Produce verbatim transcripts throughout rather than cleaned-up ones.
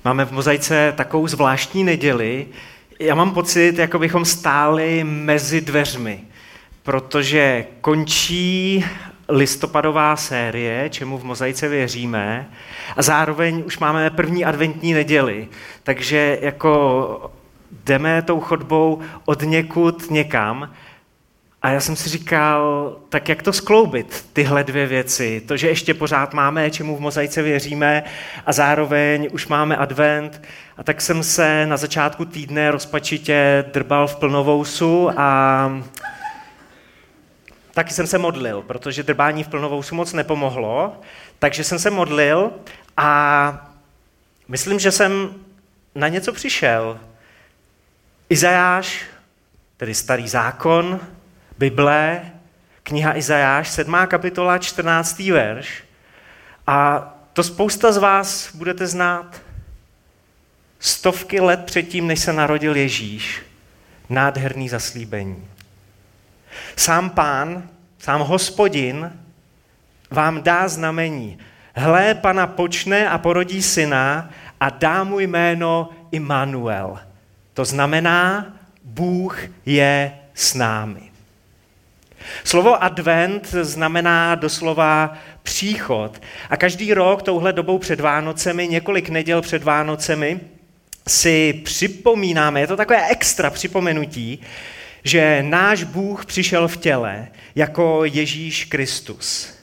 Máme v Mozaice takovou zvláštní neděli. Já mám pocit, jako bychom stáli mezi dveřmi, protože končí listopadová série, čemu v Mozaice věříme, a zároveň už máme první adventní neděli, takže jako jdeme tou chodbou od někud někam. A já jsem si říkal, tak jak to skloubit, tyhle dvě věci, to, že ještě pořád máme, čemu v Mozaice věříme, a zároveň už máme advent. A tak jsem se na začátku týdne rozpačitě drbal v plnovousu a taky jsem se modlil, protože drbání v plnovousu moc nepomohlo, takže jsem se modlil a myslím, že jsem na něco přišel. Izajáš, tedy Starý zákon, Bible, kniha Izajáš, sedmá kapitola, čtrnáctý verš. A to spousta z vás budete znát. Stovky let předtím, než se narodil Ježíš. Nádherný zaslíbení. Sám Pán, sám Hospodin vám dá znamení. Hle, Pana počne a porodí syna a dá mu jméno Immanuel. To znamená, Bůh je s námi. Slovo advent znamená doslova příchod. A každý rok touhle dobou před Vánocemi, několik neděl před Vánocemi, si připomínáme, je to takové extra připomenutí, že náš Bůh přišel v těle jako Ježíš Kristus.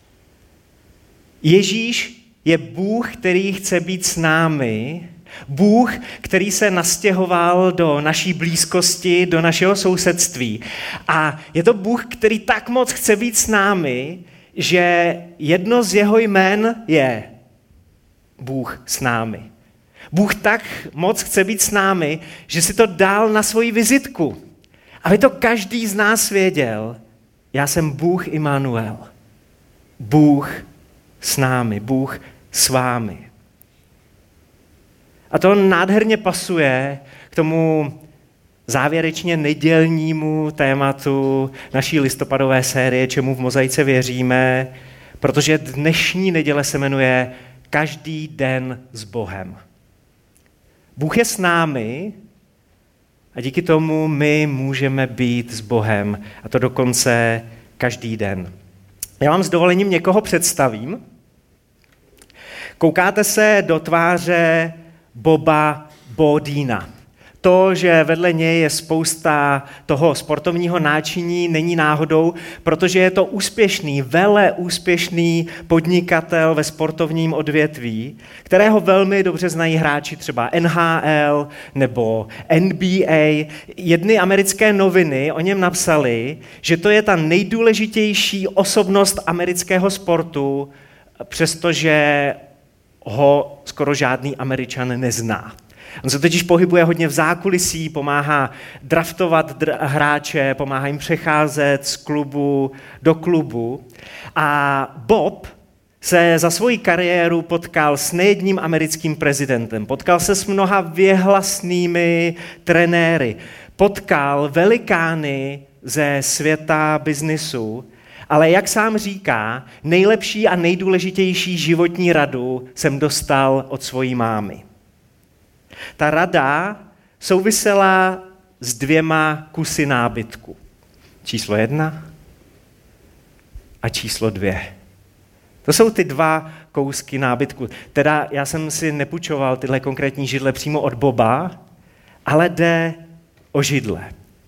Ježíš je Bůh, který chce být s námi, Bůh, který se nastěhoval do naší blízkosti, do našeho sousedství. A je to Bůh, který tak moc chce být s námi, že jedno z jeho jmen je Bůh s námi. Bůh tak moc chce být s námi, že si to dal na svoji vizitku. Aby to každý z nás věděl. Já jsem Bůh Immanuel. Bůh s námi, Bůh s vámi. A to nádherně pasuje k tomu závěrečně nedělnímu tématu naší listopadové série, čemu v Mozaice věříme, protože dnešní neděle se jmenuje Každý den s Bohem. Bůh je s námi a díky tomu my můžeme být s Bohem, a to dokonce každý den. Já vám s dovolením někoho představím. Koukáte se do tváře Boba Bodina. To, že vedle něj je spousta toho sportovního náčiní, není náhodou, protože je to úspěšný, vele úspěšný podnikatel ve sportovním odvětví, kterého velmi dobře znají hráči třeba N H L nebo N B A. Jedny americké noviny o něm napsaly, že to je ta nejdůležitější osobnost amerického sportu, přestože ho skoro žádný Američan nezná. On se totiž pohybuje hodně v zákulisí, pomáhá draftovat dr- hráče, pomáhá jim přecházet z klubu do klubu. A Bob se za svoji kariéru potkal s nejedním americkým prezidentem, potkal se s mnoha věhlasnými trenéry, potkal velikány ze světa biznisu, ale jak sám říká, nejlepší a nejdůležitější životní radu jsem dostal od svojí mámy. Ta rada souvisela s dvěma kusy nábytku. Číslo jedna a číslo dvě. To jsou ty dva kousky nábytku. Teda já jsem si nepůjčoval tyhle konkrétní židle přímo od Boba, ale jde o židle.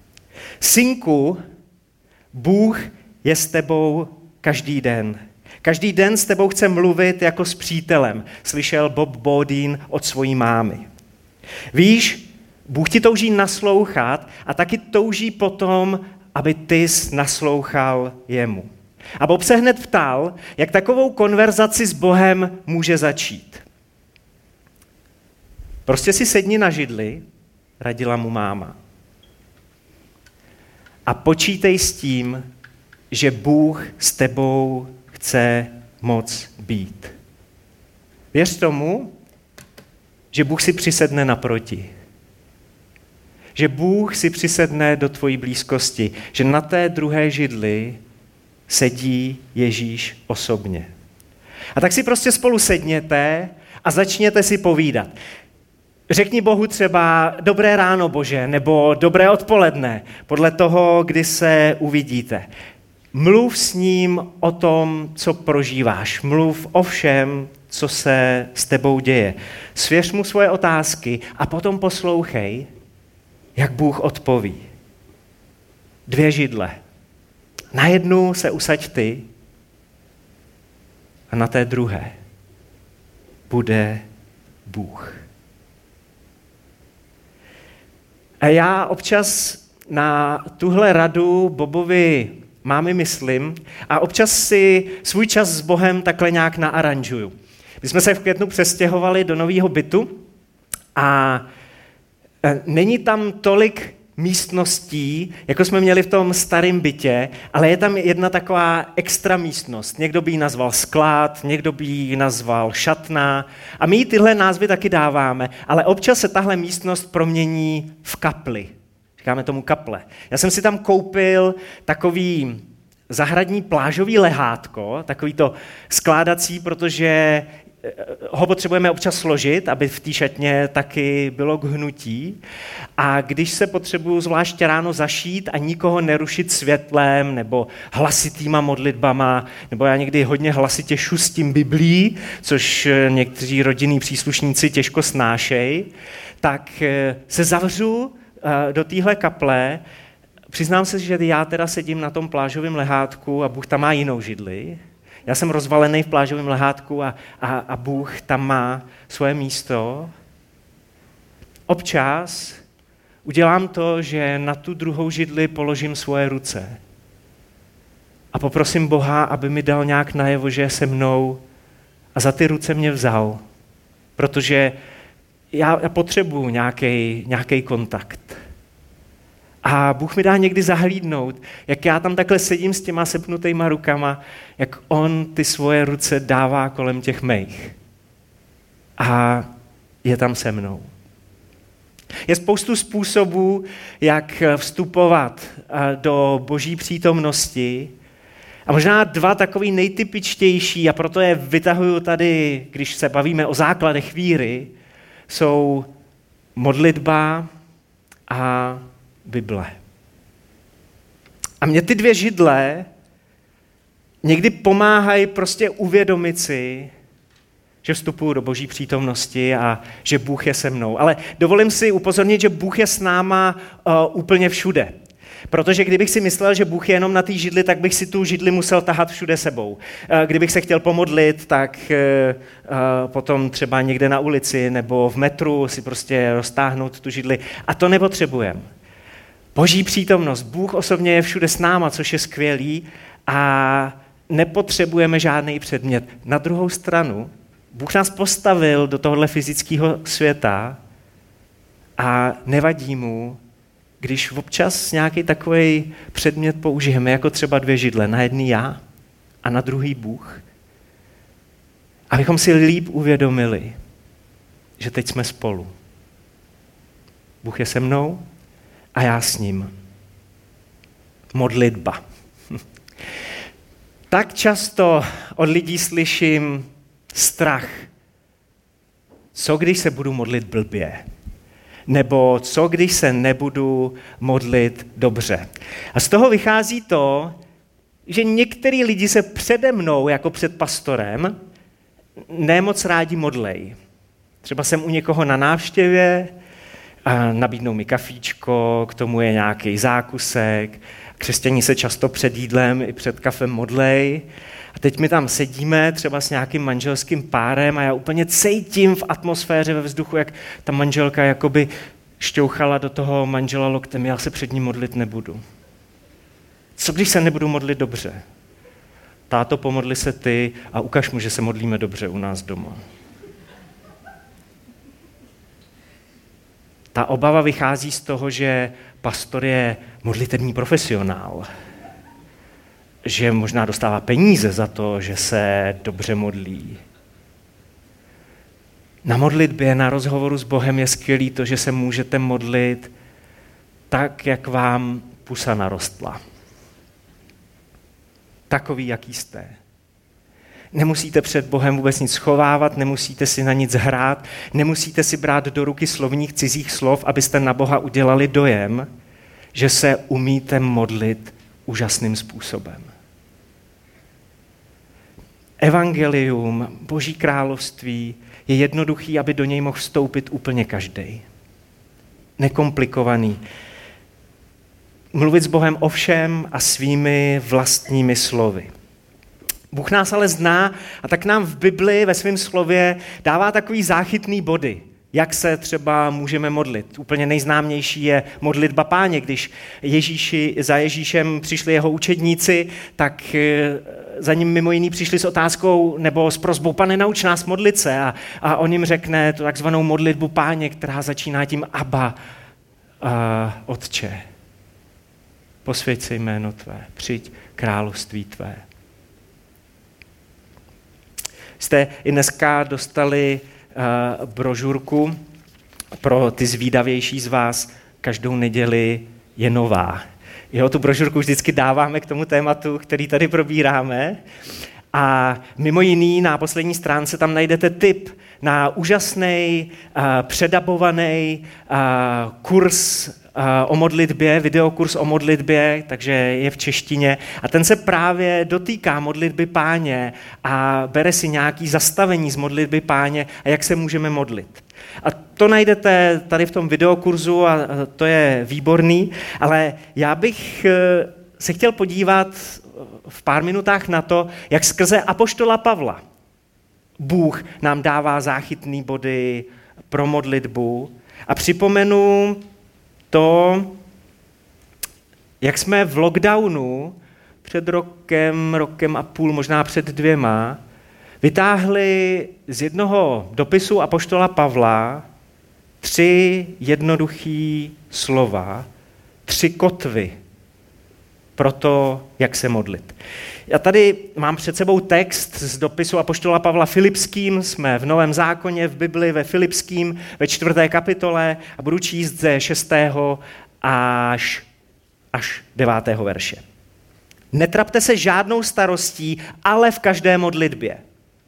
Synku, Bůh je s tebou každý den. Každý den s tebou chce mluvit jako s přítelem, slyšel Bob Bodin od svojí mámy. Víš, Bůh ti touží naslouchat a taky touží potom, aby ty naslouchal jemu. A Bob se hned ptal, jak takovou konverzaci s Bohem může začít. Prostě si sedni na židli, radila mu máma. A počítej s tím, že Bůh s tebou chce moc být. Věř tomu, že Bůh si přisedne naproti. Že Bůh si přisedne do tvojí blízkosti. Že na té druhé židli sedí Ježíš osobně. A tak si prostě spolu sedněte a začněte si povídat. Řekni Bohu třeba dobré ráno, Bože, nebo dobré odpoledne, podle toho, kdy se uvidíte. Mluv s ním o tom, co prožíváš. Mluv o všem, co se s tebou děje. Svěř mu svoje otázky a potom poslouchej, jak Bůh odpoví. Dvě židle. Na jednu se usaď ty a na té druhé bude Bůh. A já občas na tuhle radu Bobovi mámy myslím a občas si svůj čas s Bohem takhle nějak naaranžuju. My jsme se v květnu přestěhovali do nového bytu a není tam tolik místností, jako jsme měli v tom starém bytě, ale je tam jedna taková extra místnost. Někdo by ji nazval sklad, někdo by ji nazval šatna a my jí tyhle názvy taky dáváme, ale občas se tahle místnost promění v kapli. Říkáme tomu kaple. Já jsem si tam koupil takový zahradní plážový lehátko, takový to skládací, protože ho potřebujeme občas složit, aby v té šatně taky bylo k hnutí. A když se potřebuju zvláště ráno zašít a nikoho nerušit světlem nebo hlasitýma modlitbama, nebo já někdy hodně hlasitě šustím Biblí, což někteří rodinní příslušníci těžko snášejí, tak se zavřu do téhle kaple. Přiznám se, že já teda sedím na tom plážovém lehátku a Bůh tam má jinou židli. Já jsem rozvalený v plážovém lehátku a, a, a Bůh tam má svoje místo. Občas udělám to, že na tu druhou židli položím svoje ruce a poprosím Boha, aby mi dal nějak najevo, že je se mnou a za ty ruce mě vzal, protože já, já potřebuju nějaký kontakt. A Bůh mi dá někdy zahlídnout, jak já tam takhle sedím s těma sepnutýma rukama, jak on ty svoje ruce dává kolem těch mých. A je tam se mnou. Je spoustu způsobů, jak vstupovat do Boží přítomnosti. A možná dva takový nejtypičtější, a proto je vytahuju tady, když se bavíme o základech víry, jsou modlitba a Bible. A mě ty dvě židle někdy pomáhají prostě uvědomit si, že vstupuju do Boží přítomnosti a že Bůh je se mnou. Ale dovolím si upozornit, že Bůh je s náma uh, úplně všude. Protože kdybych si myslel, že Bůh je jenom na té židli, tak bych si tu židli musel tahat všude sebou. Kdybych se chtěl pomodlit, tak potom třeba někde na ulici nebo v metru si prostě roztáhnout tu židli. A to nepotřebujeme. Boží přítomnost, Bůh osobně je všude s náma, což je skvělý a nepotřebujeme žádný předmět. Na druhou stranu, Bůh nás postavil do tohohle fyzického světa a nevadí mu, když občas nějaký takový předmět použijeme, jako třeba dvě židle, na jedný já a na druhý Bůh, abychom si líp uvědomili, že teď jsme spolu. Bůh je se mnou a já s ním. Modlitba. Tak často od lidí slyším strach. Co když se budu modlit blbě? Nebo co když se nebudu modlit dobře? A z toho vychází to, že některý lidi se přede mnou, jako před pastorem, nemoc rádi modlej. Třeba jsem u někoho na návštěvě, a nabídnou mi kafíčko, k tomu je nějaký zákusek. Křesťaní se často před jídlem i před kafem modlej. A teď my tam sedíme třeba s nějakým manželským párem a já úplně cítím v atmosféře, ve vzduchu, jak ta manželka jakoby šťouchala do toho manžela loktem, já se před ním modlit nebudu. Co když se nebudu modlit dobře? Táto, pomodli se ty a ukaž mu, že se modlíme dobře u nás doma. Ta obava vychází z toho, že pastor je modlitební profesionál. Že možná dostává peníze za to, že se dobře modlí. Na modlitbě, na rozhovoru s Bohem je skvělý to, že se můžete modlit tak, jak vám pusa narostla. Takový, jaký jste. Nemusíte před Bohem vůbec nic schovávat, nemusíte si na nic hrát, nemusíte si brát do ruky slovních cizích slov, abyste na Boha udělali dojem, že se umíte modlit úžasným způsobem. Evangelium, Boží království je jednoduchý, aby do něj mohl vstoupit úplně každej. Nekomplikovaný. Mluvit s Bohem o všem a svými vlastními slovy. Bůh nás ale zná a tak nám v Bibli ve svém slově dává takový záchytný body, jak se třeba můžeme modlit. Úplně nejznámější je modlitba Páně. Když Ježíši, za Ježíšem přišli jeho učedníci, tak za ním mimo jiný přišli s otázkou nebo s prosbou: Pane, nauč nás modlit se. A, a on jim řekne tu takzvanou modlitbu Páně, která začíná tím Abba, a Otče. Posvěť se jméno tvé, přijď království tvé. Jste i dneska dostali uh, brožurku pro ty zvídavější z vás. Každou neděli je nová. Jo, tu brožurku vždycky dáváme k tomu tématu, který tady probíráme. A mimo jiný na poslední stránce tam najdete tip na úžasný, uh, předabovaný uh, kurz o modlitbě, videokurs o modlitbě, takže je v češtině. A ten se právě dotýká modlitby Páně a bere si nějaký zastavení z modlitby Páně a jak se můžeme modlit. A to najdete tady v tom videokurzu a to je výborný, ale já bych se chtěl podívat v pár minutách na to, jak skrze apoštola Pavla Bůh nám dává záchytný body pro modlitbu a připomenu to, jak jsme v lockdownu před rokem, rokem a půl, možná před dvěma, vytáhli z jednoho dopisu apoštola Pavla tři jednoduchý slova, tři kotvy pro to, jak se modlit. Já tady mám před sebou text z dopisu apoštola Pavla Filipským, jsme v Novém zákoně, v Bibli ve Filipským, ve čtvrté kapitole a budu číst ze šestého až, až devátého verše. Netrapte se žádnou starostí, ale v každé modlitbě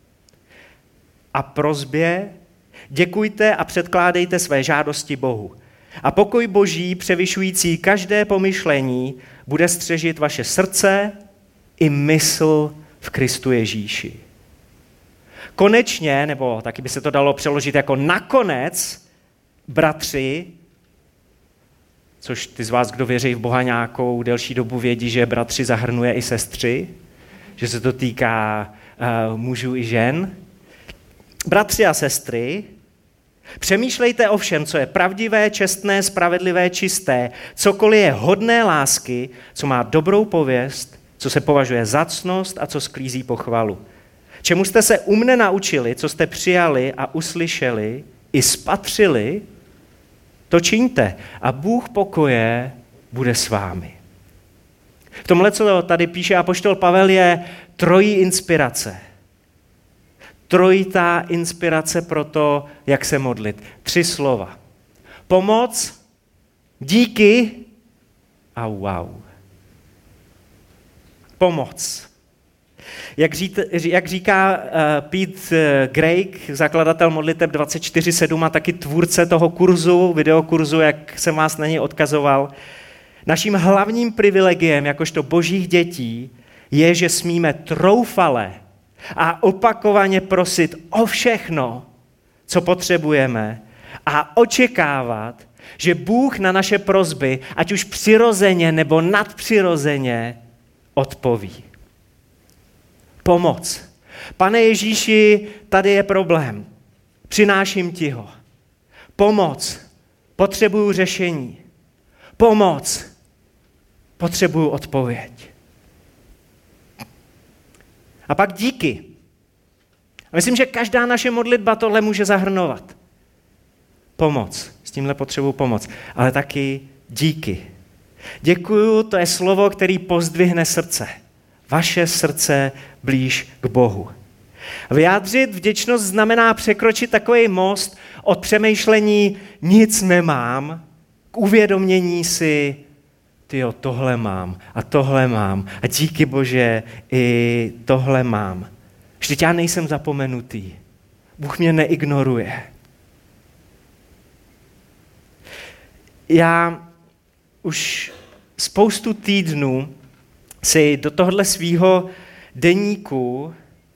a prosbě děkujte a předkládejte své žádosti Bohu. A pokoj Boží, převyšující každé pomyšlení, bude střežit vaše srdce i mysl v Kristu Ježíši. Konečně, nebo taky by se to dalo přeložit jako nakonec, bratři, což ty z vás, kdo věří v Boha nějakou delší dobu, vědí, že bratři zahrnuje i sestry, že se to týká uh, mužů i žen. Bratři a sestry, přemýšlejte o všem, co je pravdivé, čestné, spravedlivé, čisté, cokoliv je hodné lásky, co má dobrou pověst, co se považuje za ctnost a co sklízí pochvalu. Čemu jste se u mne naučili, co jste přijali a uslyšeli i spatřili, to čiňte a Bůh pokoje bude s vámi. V tomhle, co tady píše apoštol Pavel, je trojí inspirace. Trojitá inspirace pro to, jak se modlit. Tři slova. Pomoc, díky a wow. Pomoc. Jak, říct, jak říká uh, Pete Greig, zakladatel modliteb dvacet čtyři sedm a taky tvůrce toho kurzu, videokurzu, jak jsem vás na něj odkazoval, naším hlavním privilegiem, jakožto božích dětí, je, že smíme troufale a opakovaně prosit o všechno, co potřebujeme a očekávat, že Bůh na naše prosby, ať už přirozeně nebo nadpřirozeně, odpoví. Pomoc. Pane Ježíši, tady je problém. Přináším ti ho. Pomoc. Potřebuju řešení. Pomoc. Potřebuju odpověď. A pak díky. A myslím, že každá naše modlitba tohle může zahrnovat. Pomoc. S tímhle potřebuju pomoc. Ale taky díky. Děkuju, to je slovo, který pozdvihne srdce. Vaše srdce blíž k Bohu. Vyjádřit vděčnost znamená překročit takový most od přemýšlení nic nemám k uvědomění si, tyjo, tohle mám a tohle mám a díky Bože i tohle mám. Vždyť já nejsem zapomenutý. Bůh mě neignoruje. Já už spoustu týdnů si do tohohle svýho deníku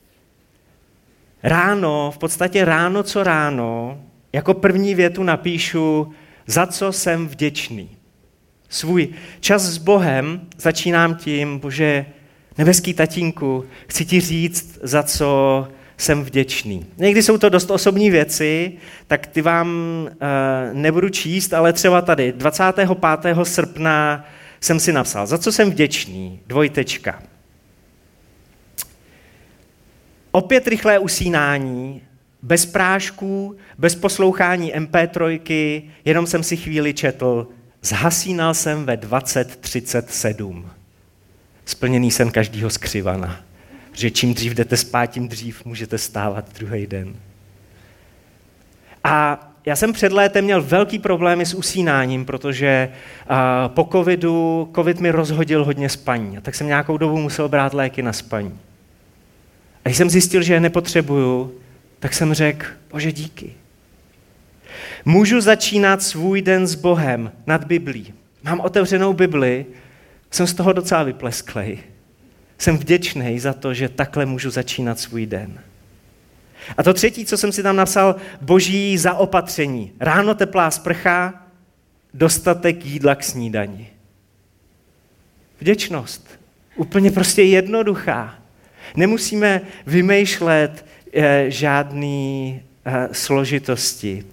ráno, v podstatě ráno co ráno, jako první větu napíšu, za co jsem vděčný. Svůj čas s Bohem začínám tím, Bože, nebeský tatínku, chci ti říct, za co jsem vděčný. Někdy jsou to dost osobní věci, tak ty vám uh, nebudu číst, ale třeba tady dvacátého pátého srpna jsem si napsal, za co jsem vděčný, dvojtečka. Opět rychlé usínání, bez prášků, bez poslouchání em pé tři, jenom jsem si chvíli četl, zhasínal jsem ve dvacet třicet sedm. Splněný sen každýho skřivana. Že čím dřív jdete spát, tím dřív můžete stávat druhý den. A já jsem před létem měl velký problémy s usínáním, protože uh, po covidu, covid mi rozhodil hodně spaní. A tak jsem nějakou dobu musel brát léky na spaní. A když jsem zjistil, že je nepotřebuju, tak jsem řekl, Bože, díky. Můžu začínat svůj den s Bohem nad Biblí. Mám otevřenou Bibli, jsem z toho docela vyplesklej. Jsem vděčný za to, že takhle můžu začínat svůj den. A to třetí, co jsem si tam napsal, boží zaopatření. Ráno teplá sprcha, dostatek jídla k snídani. Vděčnost. Úplně prostě jednoduchá. Nemusíme vymýšlet eh, žádný eh, složitosti.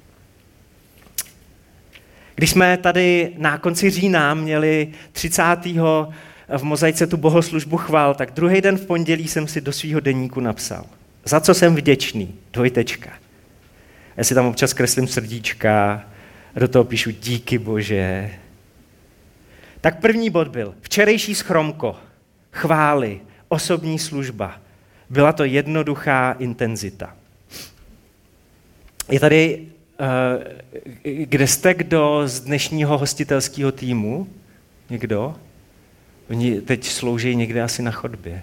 Když jsme tady na konci října měli třicátého v Mozaice tu bohoslužbu chvál, tak druhý den v pondělí jsem si do svého deníku napsal. Za co jsem vděčný? Dvojtečka. Já si tam občas kreslím srdíčka, do toho píšu díky Bože. Tak první bod byl včerejší schromko, chvály, osobní služba. Byla to jednoduchá intenzita. Je tady, kde jste kdo z dnešního hostitelského týmu? Někdo? Oni teď slouží někde asi na chodbě.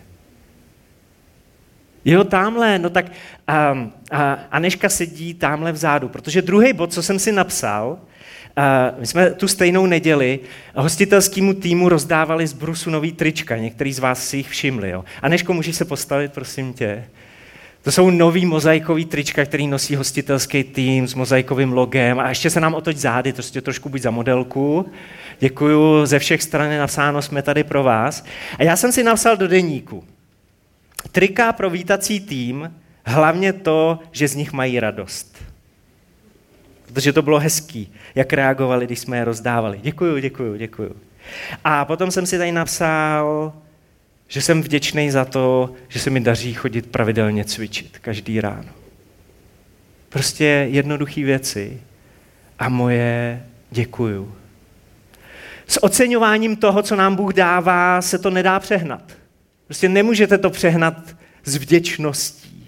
Jo, tamhle, no tak a, a Aneška sedí tamhle vzadu, protože druhý bod, co jsem si napsal, a my jsme tu stejnou neděli hostitelskému týmu rozdávali z Brusu nový trička, některý z vás si jich všimli. Jo. Aneško, můžeš se postavit, prosím tě? To jsou nový mozaikový trička, který nosí hostitelský tým s mozaikovým logem a ještě se nám otoč zády, to je trošku buď za modelku. Děkuju, ze všech stran je napsáno, jsme tady pro vás. A já jsem si napsal do deníku. Trika pro vítací tým, hlavně to, že z nich mají radost. Protože to bylo hezký, jak reagovali, když jsme je rozdávali. Děkuju, děkuju, děkuju. A potom jsem si tady napsal, že jsem vděčný za to, že se mi daří chodit pravidelně cvičit každý ráno. Prostě jednoduché věci a moje děkuju. S oceňováním toho, co nám Bůh dává, se to nedá přehnat. Prostě nemůžete to přehnat s vděčností.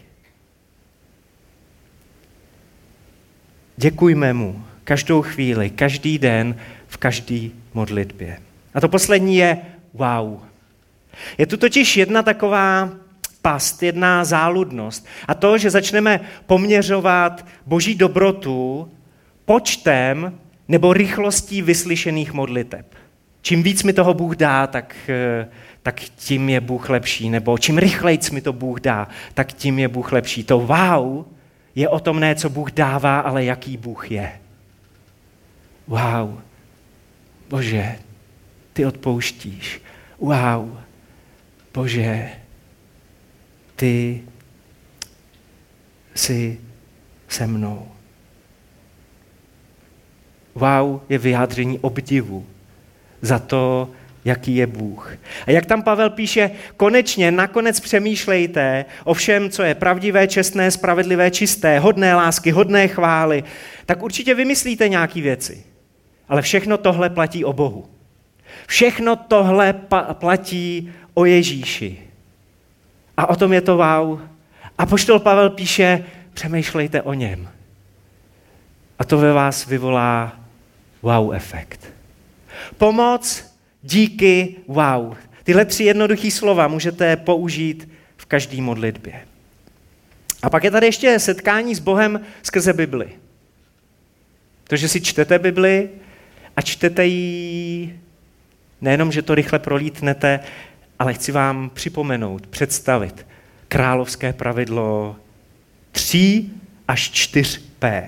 Děkujme mu každou chvíli, každý den, v každé modlitbě. A to poslední je wow. Je tu totiž jedna taková past, jedna záludnost. A to, že začneme poměřovat boží dobrotu počtem nebo rychlostí vyslyšených modliteb. Čím víc mi toho Bůh dá, tak, tak tím je Bůh lepší. Nebo čím rychlejc mi to Bůh dá, tak tím je Bůh lepší. To wow je o tom ne, co Bůh dává, ale jaký Bůh je. Wow. Bože, ty odpouštíš. Wow. Bože, ty jsi se mnou. Wow je vyjádření obdivu za to, jaký je Bůh. A jak tam Pavel píše, konečně, nakonec přemýšlejte o všem, co je pravdivé, čestné, spravedlivé, čisté, hodné lásky, hodné chvály, tak určitě vymyslíte nějaké věci. Ale všechno tohle platí o Bohu. Všechno tohle pa- platí o Ježíši. A o tom je to wow. Apoštol Pavel píše, přemýšlejte o něm. A to ve vás vyvolá wow efekt. Pomoc, díky, wow. Tyhle tři jednoduché slova můžete použít v každé modlitbě. A pak je tady ještě setkání s Bohem skrze Bibli. To, že si čtete Bibli a čtete ji nejenom, že to rychle prolítnete, ale chci vám připomenout, představit královské pravidlo tří až čtyř P.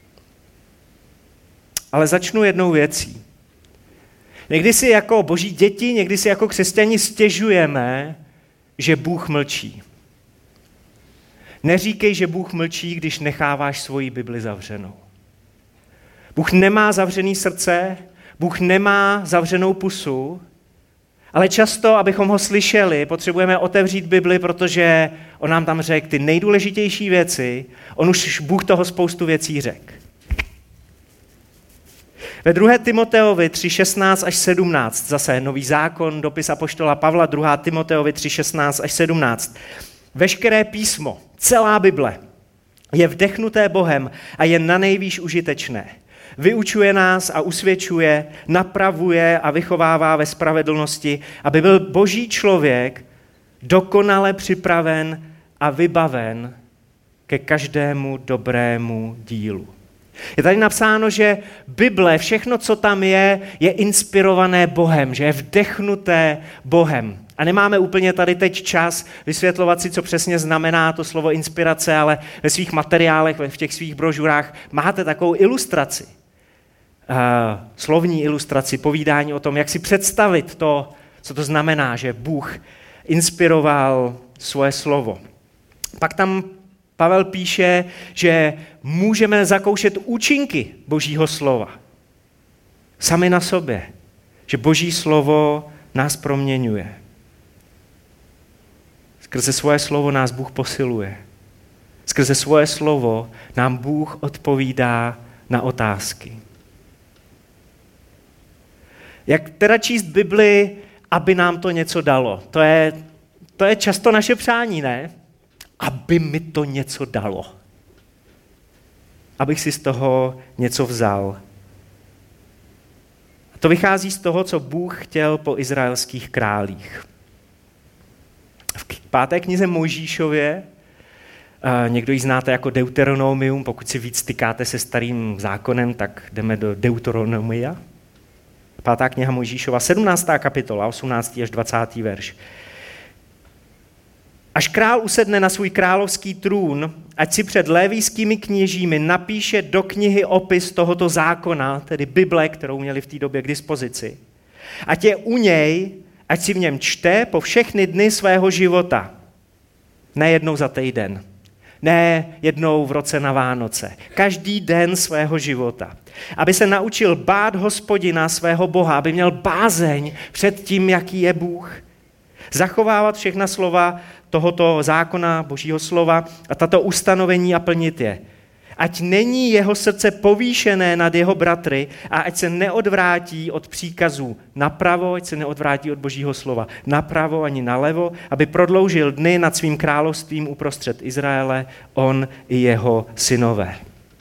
Ale začnu jednou věcí. Někdy si jako boží děti, někdy si jako křesťani stěžujeme, že Bůh mlčí. Neříkej, že Bůh mlčí, když necháváš svoji Bibli zavřenou. Bůh nemá zavřený srdce, Bůh nemá zavřenou pusu, ale často, abychom ho slyšeli, potřebujeme otevřít Bibli, protože on nám tam řekl ty nejdůležitější věci, on už Bůh toho spoustu věcí řekl. Ve druhé Timoteovi tři šestnáct až sedmnáct, zase Nový zákon, dopis apoštola Pavla, druhá Timoteovi tři šestnáct až sedmnáct. Veškeré písmo, celá Bible, je vdechnuté Bohem a je nanejvýš užitečné. Vyučuje nás a usvědčuje, napravuje a vychovává ve spravedlnosti, aby byl boží člověk dokonale připraven a vybaven ke každému dobrému dílu. Je tady napsáno, že Bible, všechno, co tam je, je inspirované Bohem, že je vdechnuté Bohem. A nemáme úplně tady teď čas vysvětlovat si, co přesně znamená to slovo inspirace, ale ve svých materiálech, v těch svých brožurách máte takovou ilustraci. Uh, slovní ilustraci, povídání o tom, jak si představit to, co to znamená, že Bůh inspiroval svoje slovo. Pak tam Pavel píše, že můžeme zakoušet účinky Božího slova. Sami na sobě. Že Boží slovo nás proměňuje. Skrze svoje slovo nás Bůh posiluje. Skrze svoje slovo nám Bůh odpovídá na otázky. Jak teda číst Bibli, aby nám to něco dalo? To je, to je často naše přání, ne? Aby mi to něco dalo. Abych si z toho něco vzal. A to vychází z toho, co Bůh chtěl po izraelských králích. V páté knize Mojžíšově, někdo ji znáte jako Deuteronomium, pokud si víc stykáte se starým zákonem, tak jdeme do Deuteronomia. Pátá kniha Mojžíšova, sedmnáctá kapitola, osmnáctý až dvacátý verš. Až král usedne na svůj královský trůn, ať si před lévijskými kněžími napíše do knihy opis tohoto zákona, tedy Bible, kterou měli v té době k dispozici. Ať je u něj, ať si v něm čte po všechny dny svého života. Ne jednou za týden, ne jednou v roce na Vánoce. Každý den svého života. Aby se naučil bát Hospodina, svého Boha, aby měl bázeň před tím, jaký je Bůh. Zachovávat všechna slova tohoto zákona, Božího slova a tato ustanovení a plnit je. Ať není jeho srdce povýšené nad jeho bratry a ať se neodvrátí od příkazů napravo, ať se neodvrátí od Božího slova napravo ani nalevo, aby prodloužil dny nad svým královstvím uprostřed Izraele, on i jeho synové.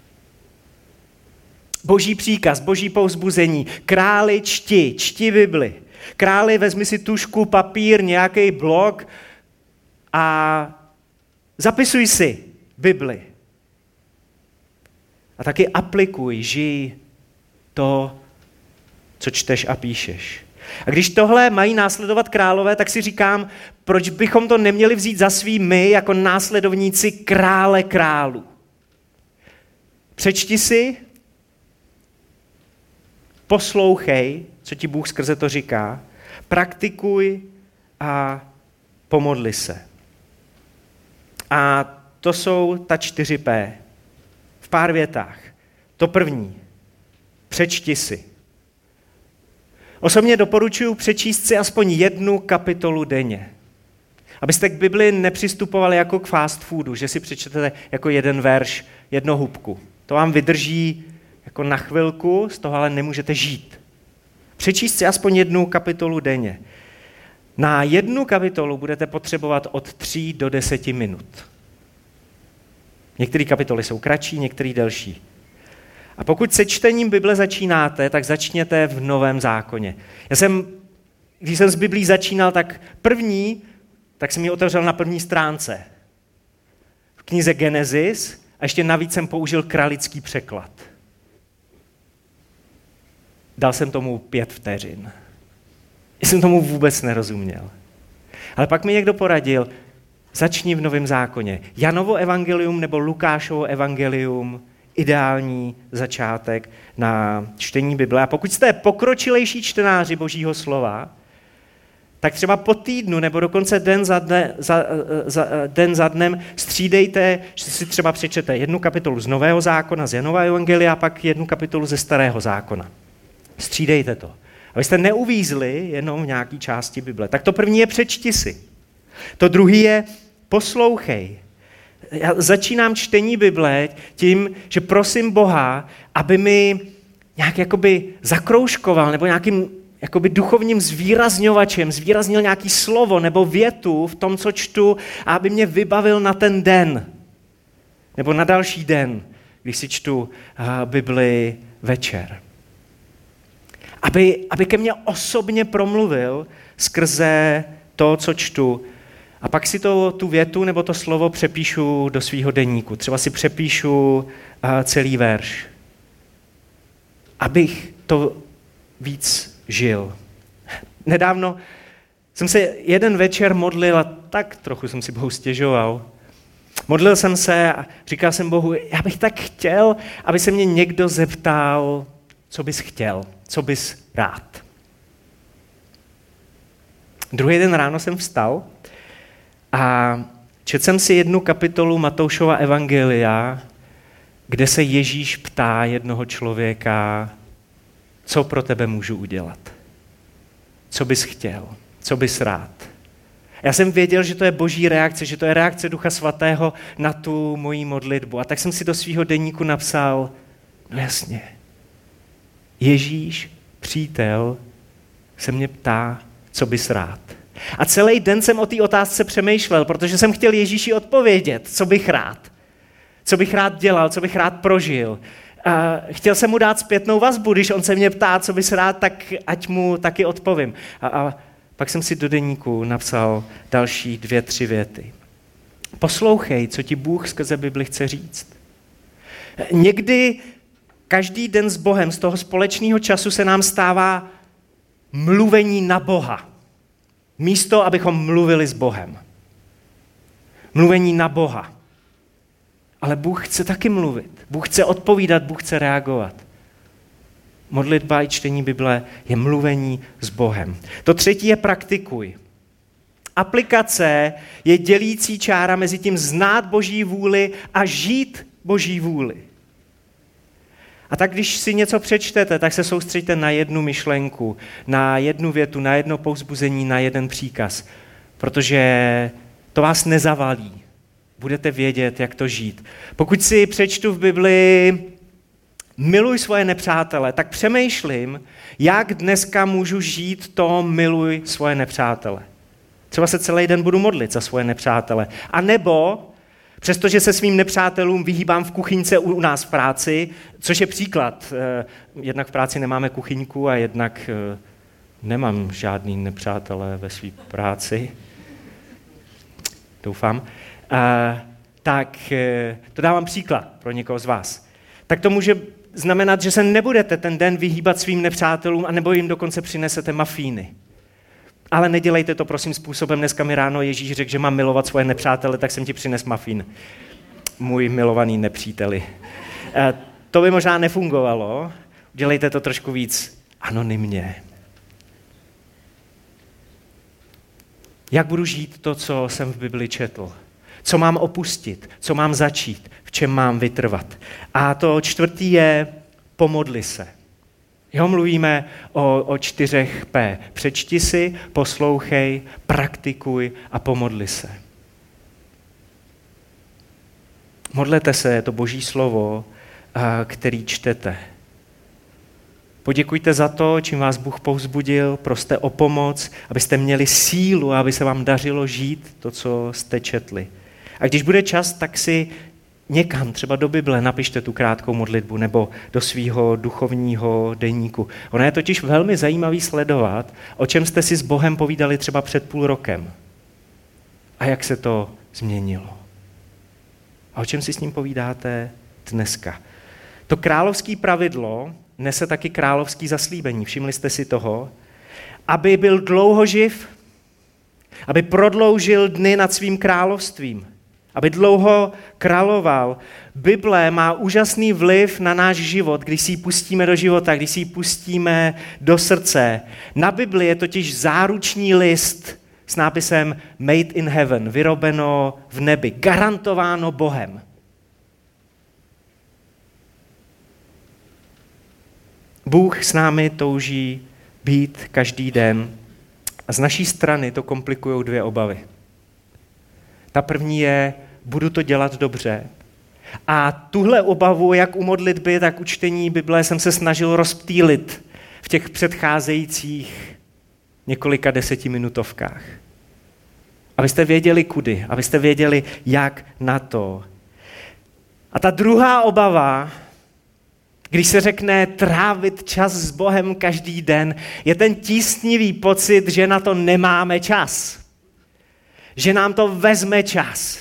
Boží příkaz, boží povzbuzení. Králi čti, čti Bibli. Králi, vezmi si tužku, papír, nějaký blok a zapisuj si Bibli. A taky aplikuj, žij to, co čteš a píšeš. A když tohle mají následovat králové, tak si říkám, proč bychom to neměli vzít za svý my jako následovníci krále králů. Přečti si, poslouchej, co ti Bůh skrze to říká, praktikuj a pomodli se. A to jsou ta čtyři P. V pár větách. To první. Přečti si. Osobně doporučuji přečíst si aspoň jednu kapitolu denně. Abyste k Bibli nepřistupovali jako k fast foodu, že si přečtete jako jeden verš, jednu hubku. To vám vydrží jako na chvilku, z toho ale nemůžete žít. Přečíst si aspoň jednu kapitolu denně. Na jednu kapitolu budete potřebovat od tří do deseti minut. Některé kapitoly jsou kratší, některé delší. A pokud se čtením Bible začínáte, tak začněte v Novém zákoně. Já jsem, když jsem s Biblí začínal, tak první, tak jsem ji otevřel na první stránce. v knize Genesis a ještě navíc jsem použil kralický překlad. Dal jsem tomu pět vteřin. Já jsem tomu vůbec nerozuměl. Ale pak mi někdo poradil, začni v Novém zákoně. Janovo evangelium nebo Lukášovo evangelium, ideální začátek na čtení Bible. A pokud jste pokročilejší čtenáři Božího slova, tak třeba po týdnu nebo dokonce den za, dne, za, za, den za dnem střídejte, že si třeba přečete jednu kapitolu z Nového zákona, z Janova evangelia a pak jednu kapitolu ze Starého zákona. Střídejte to. Abyste neuvízli jenom v nějaké části Bible. Tak to první je přečti si. To druhý je poslouchej. Já začínám čtení Bible tím, že prosím Boha, aby mi nějak jakoby zakroužkoval nebo nějakým jakoby duchovním zvýrazňovačem zvýraznil nějaký slovo nebo větu v tom, co čtu, a aby mě vybavil na ten den. Nebo na další den, když si čtu Bibli večer. Aby, aby ke mně osobně promluvil skrze to, co čtu. A pak si to, tu větu nebo to slovo přepíšu do svého deníku. Třeba si přepíšu celý verš. Abych to víc žil. Nedávno jsem se jeden večer modlil a tak trochu jsem si Bohu stěžoval. Modlil jsem se a říkal jsem Bohu, já bych tak chtěl, aby se mě někdo zeptal, co bys chtěl, co bys rád. Druhý den ráno jsem vstal a četl jsem si jednu kapitolu Matoušova evangelia, kde se Ježíš ptá jednoho člověka, co pro tebe můžu udělat. Co bys chtěl, co bys rád. Já jsem věděl, že to je boží reakce, že to je reakce Ducha Svatého na tu moji modlitbu. A tak jsem si do svého deníku napsal, no jasně, Ježíš, přítel, se mě ptá, co bys rád. A celý den jsem o té otázce přemýšlel, protože jsem chtěl Ježíši odpovědět, co bych rád. Co bych rád dělal, co bych rád prožil. A chtěl jsem mu dát zpětnou vazbu, když on se mě ptá, co bys rád, tak ať mu taky odpovím. A, a pak jsem si do deníku napsal další dvě, tři věty. Poslouchej, co ti Bůh skrze Bibli chce říct. Někdy každý den s Bohem, z toho společného času se nám stává mluvení na Boha. Místo, abychom mluvili s Bohem. Mluvení na Boha. Ale Bůh chce taky mluvit. Bůh chce odpovídat, Bůh chce reagovat. Modlitba i čtení Bible je mluvení s Bohem. To třetí je praktikuj. Aplikace je dělící čára mezi tím znát Boží vůli a žít Boží vůli. A tak když si něco přečtete, tak se soustřeďte na jednu myšlenku, na jednu větu, na jedno povzbuzení, na jeden příkaz. Protože to vás nezavalí. Budete vědět, jak to žít. Pokud si přečtu v Bibli miluj svoje nepřátele, tak přemýšlím, jak dneska můžu žít to miluj svoje nepřátele. Třeba se celý den budu modlit za svoje nepřátele. A nebo, přestože se svým nepřátelům vyhýbám v kuchyňce u nás v práci, což je příklad. Jednak v práci nemáme kuchyňku a jednak nemám žádný nepřátelé ve své práci. Doufám. Uh, tak uh, to dávám příklad pro někoho z vás. Tak to může znamenat, že se nebudete ten den vyhýbat svým nepřátelům a nebo jim dokonce přinesete mafíny. Ale nedělejte to prosím způsobem, dneska mi ráno Ježíš řekl, že mám milovat svoje nepřátele, tak jsem ti přines mafín. Můj milovaný nepříteli. Uh, to by možná nefungovalo. Dělejte to trošku víc anonymně. Jak budu žít to, co jsem v Bibli četl? Co mám opustit? Co mám začít? V čem mám vytrvat? A to čtvrtý je pomodli se. Jo, mluvíme o, o čtyřech P. Přečti si, poslouchej, praktikuj a pomodli se. Modlete se, je to Boží slovo, který čtete. Poděkujte za to, čím vás Bůh povzbudil, proste o pomoc, abyste měli sílu a aby se vám dařilo žít to, co jste četli. A když bude čas, tak si někam, třeba do Bible, napište tu krátkou modlitbu nebo do svého duchovního deníku. Ono je totiž velmi zajímavý sledovat, o čem jste si s Bohem povídali třeba před půl rokem a jak se to změnilo. A o čem si s ním povídáte dneska? To královské pravidlo nese taky královský zaslíbení. Všimli jste si toho? Aby byl dlouhoživ, aby prodloužil dny nad svým královstvím, aby dlouho královal. Bible má úžasný vliv na náš život, když si ji pustíme do života, když si ji pustíme do srdce. Na Bibli je totiž záruční list s nápisem Made in Heaven, vyrobeno v nebi, garantováno Bohem. Bůh s námi touží být každý den a z naší strany to komplikují dvě obavy. Ta první je, budu to dělat dobře. A tuhle obavu, jak u modlitby, tak u čtení Bible, jsem se snažil rozptýlit v těch předcházejících několika desetiminutovkách. Abyste věděli kudy, abyste věděli, jak na to. A ta druhá obava, když se řekne trávit čas s Bohem každý den, je ten tísnivý pocit, že na to nemáme čas. Že nám to vezme čas.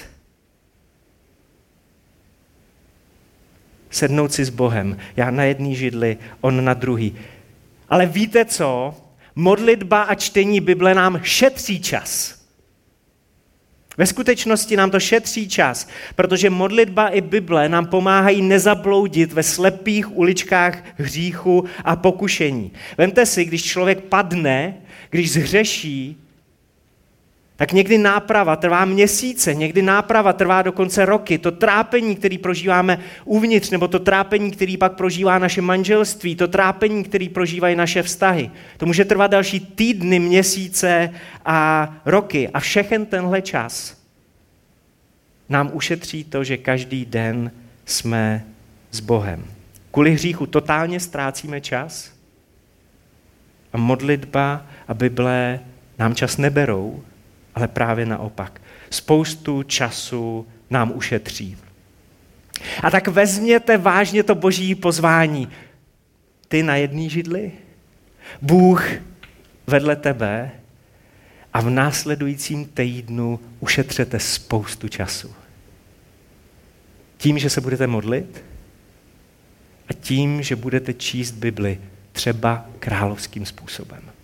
Sednout si s Bohem. Já na jedný židli, on na druhý. Ale víte co? Modlitba a čtení Bible nám šetří čas. Ve skutečnosti nám to šetří čas, protože modlitba i Bible nám pomáhají nezabloudit ve slepých uličkách hříchu a pokušení. Vemte si, když člověk padne, když zhřeší, tak někdy náprava trvá měsíce, někdy náprava trvá dokonce roky. To trápení, který prožíváme uvnitř, nebo to trápení, který pak prožívá naše manželství, to trápení, který prožívají naše vztahy, to může trvat další týdny, měsíce a roky. A všechen tenhle čas nám ušetří to, že každý den jsme s Bohem. Kvůli hříchu totálně ztrácíme čas a modlitba a Bible nám čas neberou, ale právě naopak. Spoustu času nám ušetří. A tak vezměte vážně to boží pozvání. Ty na jedný židli, Bůh vedle tebe a v následujícím týdnu ušetřete spoustu času. Tím, že se budete modlit a tím, že budete číst Bibli třeba královským způsobem.